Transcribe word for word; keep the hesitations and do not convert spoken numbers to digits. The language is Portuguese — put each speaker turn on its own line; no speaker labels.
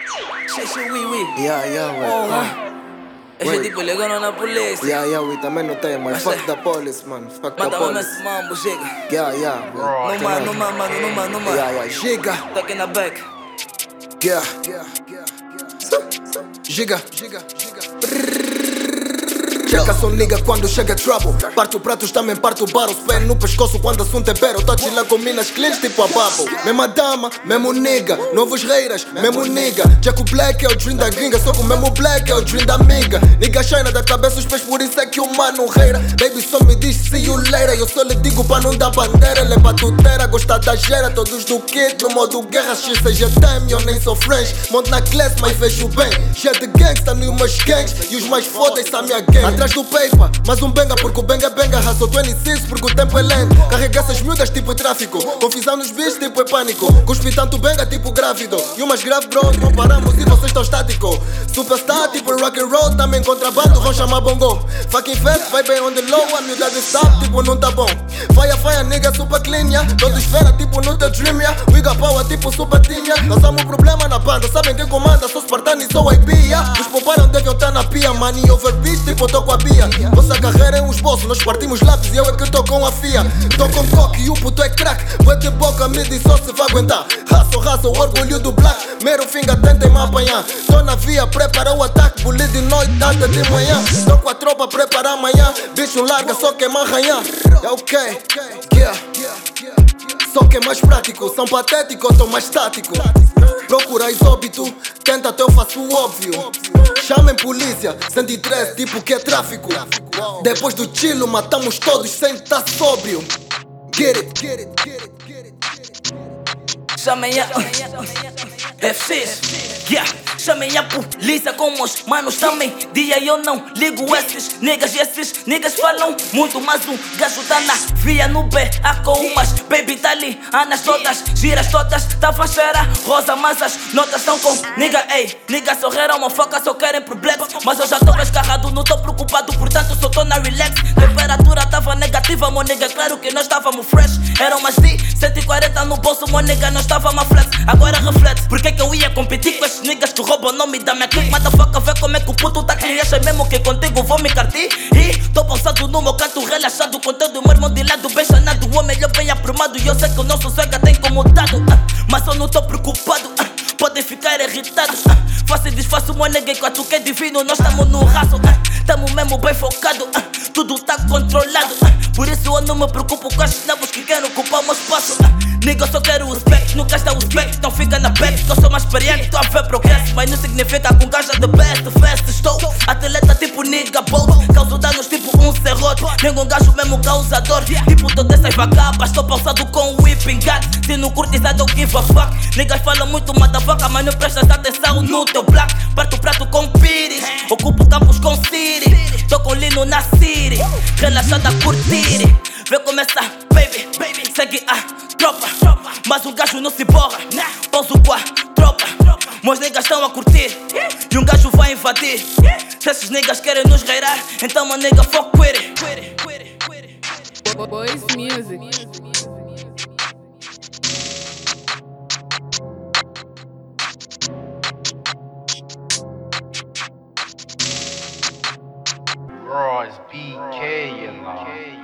Shit, shit, oui, oui.
Yeah, yeah, wey.
Oh,
Ah.
Esse
Wait.
tipo ligando na polícia.
Yeah, yeah, we também não tem, mas
Mas
fuck
é.
the police, man. Fuck the
Mata-me
police.
nesse mambo, chega.
Yeah, yeah, wey.
No man, no man, mano, no man, no man.
Yeah, yeah, giga.
Toque na back.
Yeah, yeah, yeah, giga, giga, giga. Checa só nigga quando chega trouble. Parto pratos, também parto barros. Pé no pescoço quando assunto é bero. Touch lá com minas clientes tipo a babo. Mesma dama, mesmo nigga. Novos reiras, mesmo nigga. Jack o black é o dream da gringa. Só que o mesmo black é o dream da amiga. Nigga shine da cabeça os pés, por isso é que o mano reira. Baby só me diz see you later. Eu só lhe digo pra não dar bandeira. Ele é batuteira, gosta da gera. Todos do kit, no modo guerra. X seja time, eu nem sou French. Monto na classe, mas vejo bem. Já de gangsta, no meus gangs. E os mais fodas são minha gang. Atrás do paper, mais um benga, porque o benga é benga. Hustle vinte e seis, porque o tempo é lento. Carrega essas miúdas tipo tráfico. Confusão nos bichos, tipo é pânico. Cuspi tanto benga, tipo grávido. E umas grave, bro, não paramos e vocês estão estático. Superstar, tipo rock and roll. Também contrabando, vão chamar bongo. Fucking fast, vai bem on the low. A miúda de stop, tipo não tá bom. Faia, faia, nigga, super clean, yeah. Todos esfera, tipo no teu dream, yeah. We got power, tipo super team, yeah. Causamos problema na banda, sabem quem comanda. Sou Spartan e sou I B, yeah. Os pouparam, devem estar na pia. Money over bitch, tipo tô com a Bia. Vossa carreira é um esboço, nós partimos lápis e eu é que tô com a fia. Tô com coque e o puto é crack. Vai ter boca, me diz só se vai aguentar. Raça, raça, o orgulho do black. Mero finga, tentem me apanhar. Tô na via, prepara o ataque. Bully de noite, data de manhã. Tô com a tropa, prepara amanhã. Bicho larga, só queima arranhar. É ok, yeah. Só que é mais prático, são patéticos, tô mais tático. Procurais óbito, tenta até eu faço o óbvio. Chamem polícia, cento e treze, tipo que é tráfico. Depois do chilo, matamos todos sem estar sóbrio. Get it, get it, get it, get it.
Chamem a F X, yeah. Chamem a polícia como os manos também. Dia eu não ligo esses niggas e esses niggas falam muito. Mas um gajo tá na via no B A com umas baby tá ali. Anas todas, giras todas, tá fancheira rosa, mas as notas estão com nigga, ei. Nigga sorreram uma foca, só querem problema. Mas eu já tô escarrado, não tô preocupado, portanto só tô na relax. Temperatura tava negativa, mo nigga, claro que nós estávamos fresh. Eram mais de cento e quarenta no bolso, mo nigga, nós estávamos flex. Agora reflete, porque que eu ia competir com esses niggas que roubam o nome da minha clique. Motherfucker, vê como é que o puto tá clean. Acha mesmo que contigo vou me cartir? E tô pausado no meu canto, relaxado. Com todo o meu irmão de lado, bem chanado. O melhor bem aprumado. E eu sei que o nosso cega tem incomodado, uh, mas eu não tô preocupado, uh, podem ficar irritados, uh, faço e desfaço, meu nega, enquanto que é divino. Nós tamo no raço, uh, tamo mesmo bem focado, uh, tudo tá controlado, uh, por isso eu não me preocupo com os novos que querem ocupar o meu espaço, uh, nigga, eu só quero o respect, nunca está o respect, então fica na back. Que eu sou mais experiente, tô a ver progresso, mas não significa com gaja de best fest. Estou atleta tipo nigga bolt, causo danos tipo um serrote. Nenhum gajo mesmo causador, tipo todas essas vagabas. Estou pausado com o whipping gat, se não curtes I don't give a fuck. Niggas falam muito motherfucker, mas não prestas atenção no teu black. Parto prato com pires, ocupo campos com city. Tô com lino na city, relaxada a curtir. Vê começar, baby, baby, segue a tropa. Mas o gajo não se borra, pouso com a tropa. Meus niggas estão a curtir e um gajo vai invadir. Se esses niggas querem nos reirar, então my nigga fuck with it.
Boys Music.
Ross B K, you know.